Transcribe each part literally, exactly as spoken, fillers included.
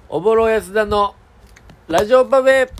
おぼろやすだのラジオパフェ。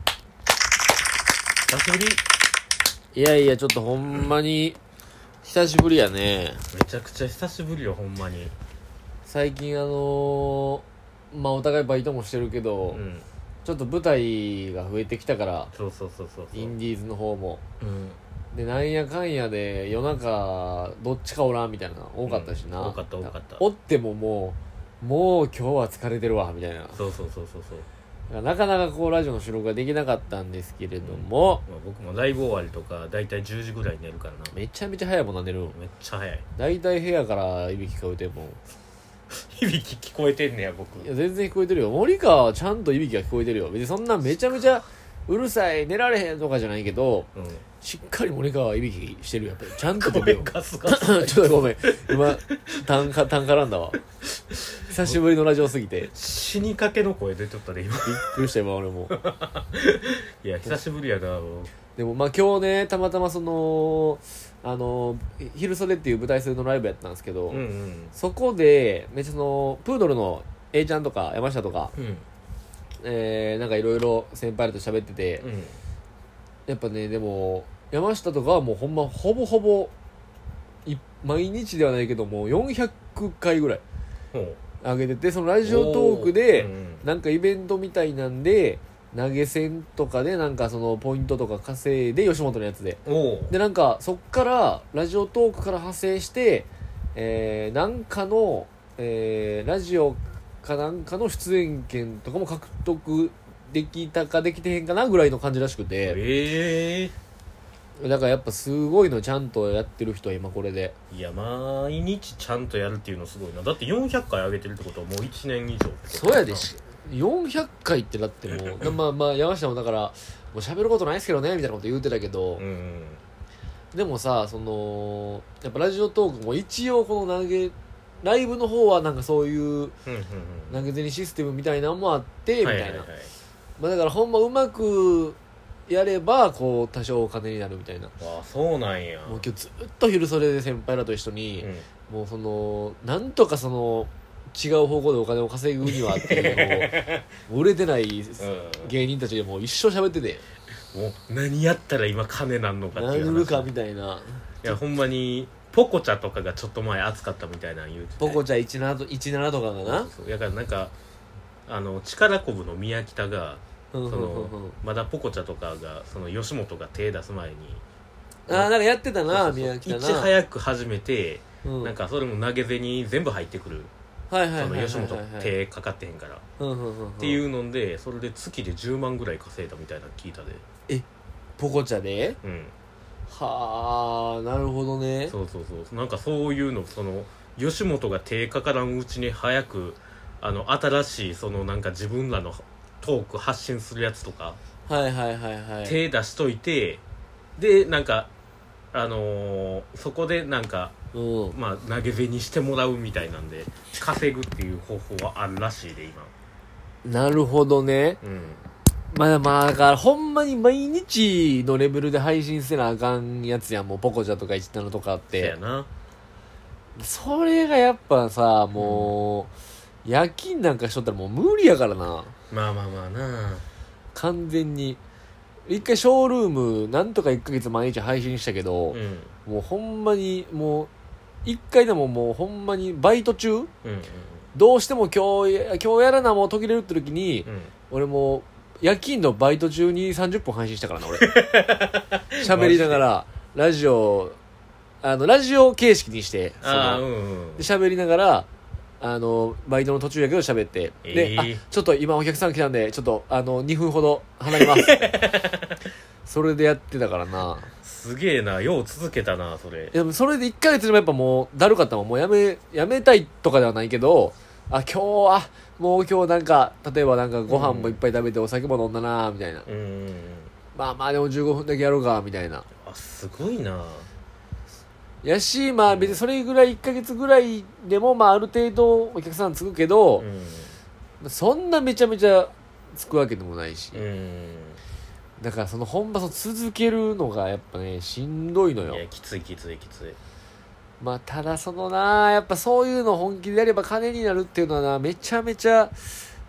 久しぶり。 いやいやちょっとほんまに久しぶりやね。 めちゃくちゃ久しぶりよほんまに。 最近あのー、まあお互いバイトもしてるけど、 うんちょっと舞台が増えてきたから、 そうそうそうそうそうインディーズの方もうんで、なんやかんやで夜中どっちかおらんみたいなの多かったしな、 うん多かった多かったおってももうもう今日は疲れてるわみたいな。 そうそうそうそうそうなかなかこうラジオの収録ができなかったんですけれども、 まあ、僕もライブ終わりとかだいたいじゅうじぐらい寝るからな。 めちゃめちゃ早いもんな寝るん。 めっちゃ早い。 だいたい部屋からいびき聞こえても響き聞こえてんねや僕。 いや全然聞こえてるよ。森川はちゃんといびきが聞こえてるよ。別にそんなめちゃめちゃうるさい寝られへんとかじゃないけど、 うんしっかり森川はいびきしてるよ。やっぱりちゃんと出てるよ。 ガスガスちょっとごめん今単価単価なんだわ。久しぶりのラジオすぎてびっ死にかけの声出とったで今。 くりした今俺も。 いや久しぶりやなもう。 でもまあ今日ねたまたまそのあの昼袖っていう舞台袖のライブやったんですけど、 うんうんそこでめっちゃそのプードルの A ちゃんとか山下とか、 うんえー、なんかいろいろ先輩らと喋ってて、 うんやっぱねでも山下とかはもうほんまほぼほぼい毎日ではないけどもよんひゃくかいぐらいほう上げてて、そのラジオトークでおーうんうんなんかイベントみたいなんで投げ銭とかでなんかそのポイントとか稼いで吉本のやつでおうでなんかそっからラジオトークから派生して、えー、なんかの、えー、ラジオかなんかの出演権とかも獲得できたかできてへんかなぐらいの感じらしくて、 ええだからやっぱすごいのちゃんとやってる人は今これで。 いや毎日ちゃんとやるっていうのすごいな。だってよんひゃっかい上げてるってことはもういちねん以上ってことそうやでしよんひゃっかいってだってもうまあまあ山下もだからもう喋ることないですけどねみたいなこと言うてたけど、 うんうんでもさそのやっぱラジオトークも一応この投げライブの方はなんかそういううんうん投げ銭システムみたいなのもあってみたいな、 はいはいはいまあ、だからほんまうまくやればこう多少お金になるみたいな。 ああそうなんや。 もう今日ずっと昼袖で先輩らと一緒に、 うんもうそのなんとかその違う方向でお金を稼ぐにはっていうのを売れてない芸人たちでもう一生喋ってて、 もう何やったら今金なんのかっていう話。 何るかみたいな。 いやほんまにポコチャとかがちょっと前熱かったみたいなの言うてて、 ポコちゃんじゅうななとじゅうななとかがな、 そうそうだからなんかあの力こぶの宮北がうんそのうんうんうんまだポコチャとかがその吉本が手出す前にあーなんかやってたなそうそうそう宮北ないち早く始めて、 うんなんかそれも投げ銭全部入ってくる、 はいはいはいはいはいその吉本手かかってへんから、 うんうんうんうんっていうのでそれで月でじゅうまんぐらい稼いだみたいなの聞いたで。 ポコチャでうんはあなるほどね。 そうそうそうなんかそういうのその吉本が手かからんうちに早くあの新しいそのなんか自分らのトーク発信するやつとか、 はいはいはいはい。 手出しといてでなんかあのー、そこでなんかうんまあ投げ銭してもらうみたいなんで稼ぐっていう方法はあるらしいで今。 なるほどね。 うんまあまあだからほんまに毎日のレベルで配信せなあかんやつやん。もうポコチャとかいちななとかっせやてな。 それがやっぱさもう、夜勤なんかしとったらもう無理やからな。 まあまあまあな。 完全に一回ショールームなんとかいっかげつ毎日配信したけど、 うんもうほんまにもう一回でももうほんまにバイト中うんうんどうしても今日や今日やらなもう途切れるって時に、 うん俺もう夜勤のバイト中にさんじゅっぷん配信したからな俺喋りながらラジオあのラジオ形式にしてそのああうんうんで喋りながらあのバイトの途中やけど喋って、で、 えーあちょっと今お客さん来たんでちょっとあのにふんほど離れますそれでやってたからな。 すげえなよう続けたなそれ。 でもそれでいっかげつでもやっぱもうだるかったもん。もうやめやめたいとかではないけど、あ今日はもう今日なんか例えばなんかご飯もいっぱい食べてお酒も飲んだなみたいな、 うんうんうんまあまあでもじゅうごふんだけやろうかみたいなあすごいな。 やし、まあ別にそれぐらいいっかげつぐらいでもまあある程度お客さんつくけどう、んそんなめちゃめちゃつくわけでもないし、 うんだからその本場その続けるのがやっぱねしんどいのよ。 いやきついきついきつい。 まあただそのなやっぱそういうの本気でやれば金になるっていうのはなめちゃめちゃ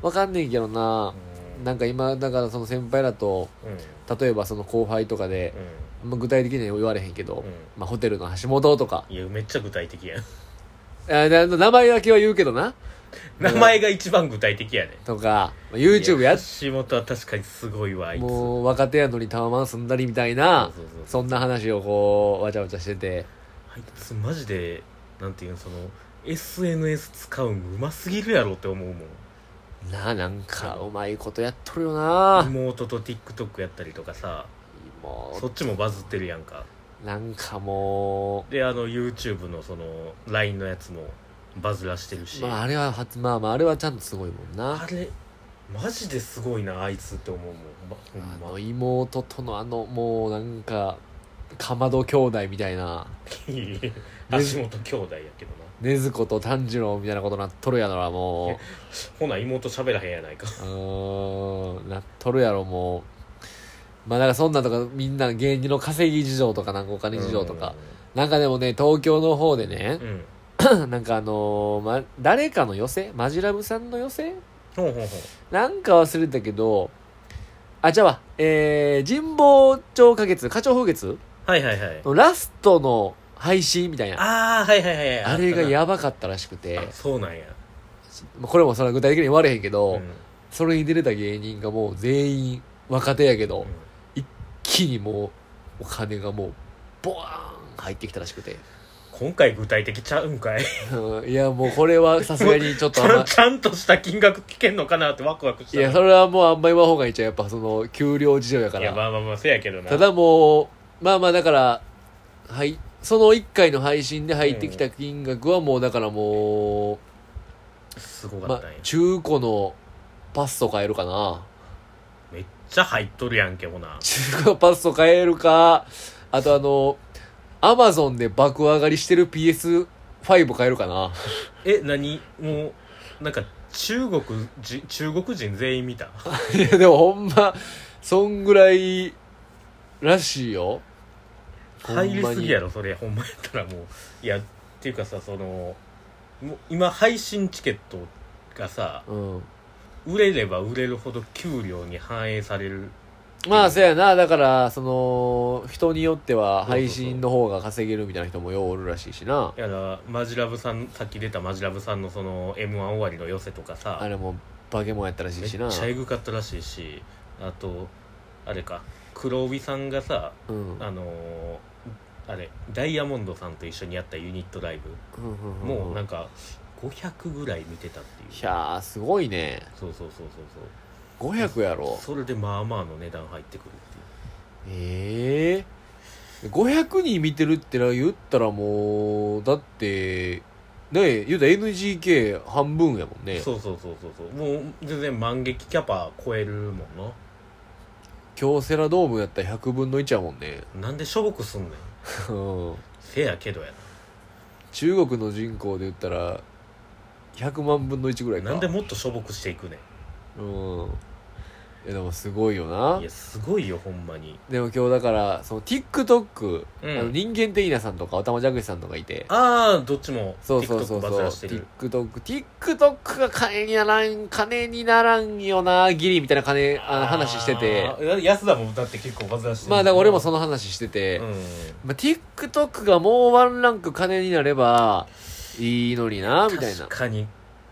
わかんねえけどな、 うんなんか今だからその先輩らとうん例えばその後輩とかで、 うまあ、具体的には言われへんけど、 んうんまあ、ホテルの橋本とかいやめっちゃ具体的やんあで名前だけは言うけどな名前が一番具体的やねとか YouTube やっ橋本は確かにすごいわあいつもう若手やのにタワマン住んだりみたいなそうそうそうそんな話をこうわちゃわちゃしててあいつマジでなんていうのその エスエヌエス 使うんうますぎるやろって思うもんなあなんかうまいことやっとるよな妹と TikTok やったりとかさもそっちもバズってるやんかうなんかもであの YouTube のその ライン のやつもバズらしてるし、 うまああれは初まあまああれはちゃんとすごいもんなあれマジですごいなあいつって思うもんほんまほんまあの妹とのあのもうなんかかまど兄弟みたいな橋本兄弟やけどな禰豆子と炭治郎みたいなことなっとるやろなもほな妹喋らへんやないかううーんなっとるやろもうまあなんかそんなんとかみんな芸人の稼ぎ事情とかなんかお金事情とかなんかでもね東京の方でねうん、うんなんかあのー、ま、誰かの寄せマジラブさんの寄せほうほうほなんか忘れたけどあじゃあわえー、神保町花月花鳥風月うはいはいはいのラストの配信みたいなああはいはいはいあれがばやばかったらしくてそうなんや、 これもそれは具体的に言われへんけど、 うんそれに出れた芸人がもう全員若手やけど、 うん一気にもうお金がもうボワーン入ってきたらしくて今回具体的ちゃうんかいうんいやもうこれはさすがにちょっとちあんまゃんちゃんとした金額聞けんのかなってワクワクしたいやそれはもうあんま言わん方がいいっちゃうやっぱその給料事情やかいやらまあまあまあせやけどなただもうまあまあだからはいそのいっかいの配信で入ってきた金額はもうだからもう、まあすごかったんや、 中古のパスト買えるかなめっちゃ入っとるやんけほな中古のパスト買えるかあとあのアマゾンで爆上がりしてる ピーエスファイブ 買えるかなえ何もうなんか中国じ中国人全員見たいやでもほんまそんぐらいらしいよほんまに入りすぎやろそれほんまやったらもういやっていうかさそのもう今配信チケットがさうん売れれば売れるほど給料に反映されるまあそうやなだからその人によっては配信の方が稼げるみたいな人もようおるらしいしなやらマジラブさんさっき出たマジラブさんのその エムワン 終わりの寄せとかさあれもバケモンやったらしめっいしなちゃエグかったらしいしあとあれか黒帯さんがさうんあのーあれダイヤモンドさんと一緒にやったユニットライブもうなんかかごひゃくぐらい見てたっていういやーすごいねそうそうそうそうごひゃくやろそうそれでまあまあの値段入ってくるっていうええー、ごひゃくにん見てるって言ったらもうだってね言うたら エヌジーケー 半分やもんねそうそうそうそうそうもう全然満劇キャパ超えるもんな京セラドームやったらひゃくぶんのいちやもんねなんでしょぼくすんねんうんせやけどや中国の人口で言ったらひゃくまんぶんのいちぐらいかななんでもっとしょぼくしていくねうんいやでもすごいよないやすごいよほんまにでも今日だからその TikTok、 うんあの人間テイナさんとかおたまじゃくしさんとかいてああどっちもそうそうそう TikTok バそうズらしてる TikTok TikTok が金にならん金にならんよなギリみたいな金あの話しててあー安田もだって結構バズらしてるまあだから俺もその話してて、 うんまあ、TikTok がもうワンランク金になればいいのになみたいな確かに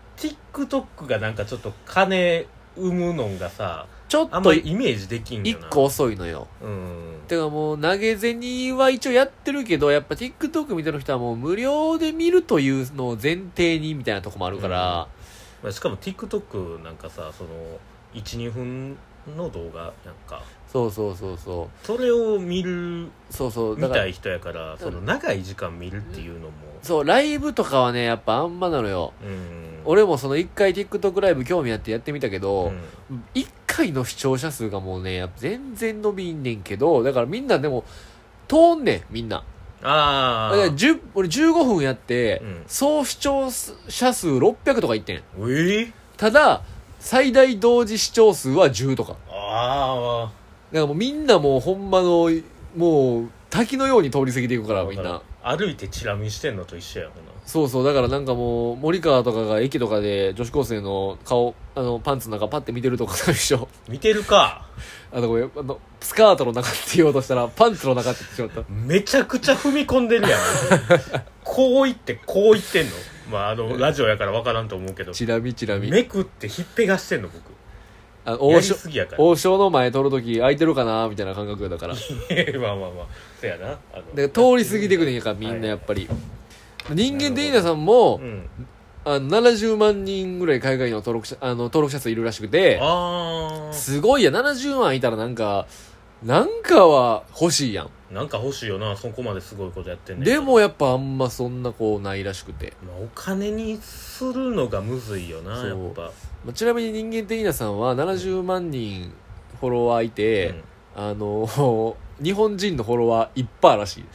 TikTok がなんかちょっと金生むのがさちょっあんまとりイメージできんよな一個遅いのようんてかもう投げ銭は一応やってるけどやっぱ TikTok 見てる人はもう無料で見るというのを前提にみたいなとこもあるから、 まあしかも TikTok なんかさそのいちにふんの動画なんかそうそうそうそうそれを見るそうそうだから見たい人やからその長い時間見るっていうのもそうライブとかはねやっぱあんまなのようん俺もその一回 TikTok ライブ興味あってやってみたけうどん一、回の視聴者数がもうねやっぱ全然伸びんねんけどだからみんなでも通んねんみんなああだからじゅう俺じゅうごふんやって、 うん総視聴者数ろっぴゃくとかいってんえー、 ただ最大同時視聴数はじゅうとかあだからもうみんなもうほんまのもう滝のように通り過ぎていくからあみんな歩いてチラ見してんのと一緒やほなそうそう、だからなんかもう森川とかが駅とかで女子高生の顔あのパンツの中パッて見てるとかでしょ。 見てるか。 あのごめんあのスカートの中って言おうとしたらパンツの中って言ってしまった。 めちゃくちゃ踏み込んでるやんこう言ってこう言ってんの。まああのラジオやから分からんと思うけど、 チラ見チラ見めくってひっぺがしてんの僕。 あやり王将すぎやから王将の前通るとき空いてるかなみたいな感覚だからまあまあまあそやな。あので通り過ぎてくねんやからみんなやっぱり、人間的なさんも、 うんあのななじゅうまん人ぐらい海外の登録者あの登録者数いるらしくて、 あーすごいやななじゅうまんいたらなんかなんかは欲しいやん。 なんか欲しいよな、そこまですごいことやってんねんでもやっぱあんまそんなこうないらしくて、 まあ、お金にするのがむずいよなそうやっぱ。 まあちなみに人間的なさんはななじゅうまん人フォロワーいて、 うんあの日本人のフォロワー いちパーセント らしい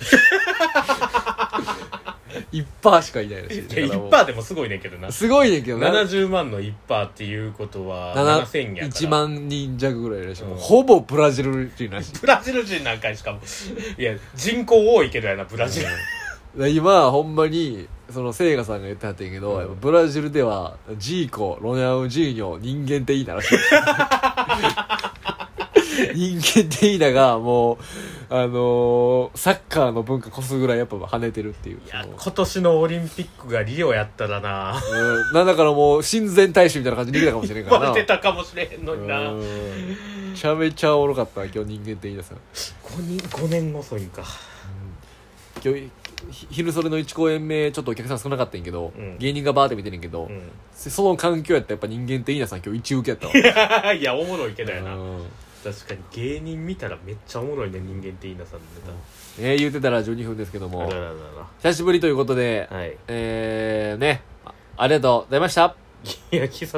いちパーセント しかいないらしい。 いやだからもういちパーセント でもすごいねんけどな。 すごいねんけどな、 ななじゅうまんの いちパーセント っていうことはななせんやからいちまん人弱ぐらいらしい、 うんほぼブラジル人らしい。 ブラジル人なんかにしかもいや人口多いけどやなブラジル、 で今ほんまにそのセイガさんが言ってはったんやけど、 うんやっぱブラジルではジーコロナウジーニョ人間っていいならしい人間っていいながもうあのー、サッカーの文化こすぐらいやっぱ跳ねてるっていう。 いやその今年のオリンピックがリオやったらなうん、なんだからもう親善大使みたいな感じでできたかもしれんからな割れてたかもしれへんのにな。 うんめちゃめちゃおもろかった今日人間っていいなさん。 ごにごねん遅いんか。 今日ひ昼それのいち公演目ちょっとお客さん少なかったんやけど、 うん芸人がバーって見てるんやけど、 うんその環境やったらやっぱ人間っていいなさん今日一受けやったわいやおもろいけどやな。 うん確かに芸人見たらめっちゃおもろいね人間っていいなさんのネえー、言うてたらじゅうにふんですけどもタ。あららら久しぶりということで、 らはい。 えー、ねあありがとうございました。 いや貴様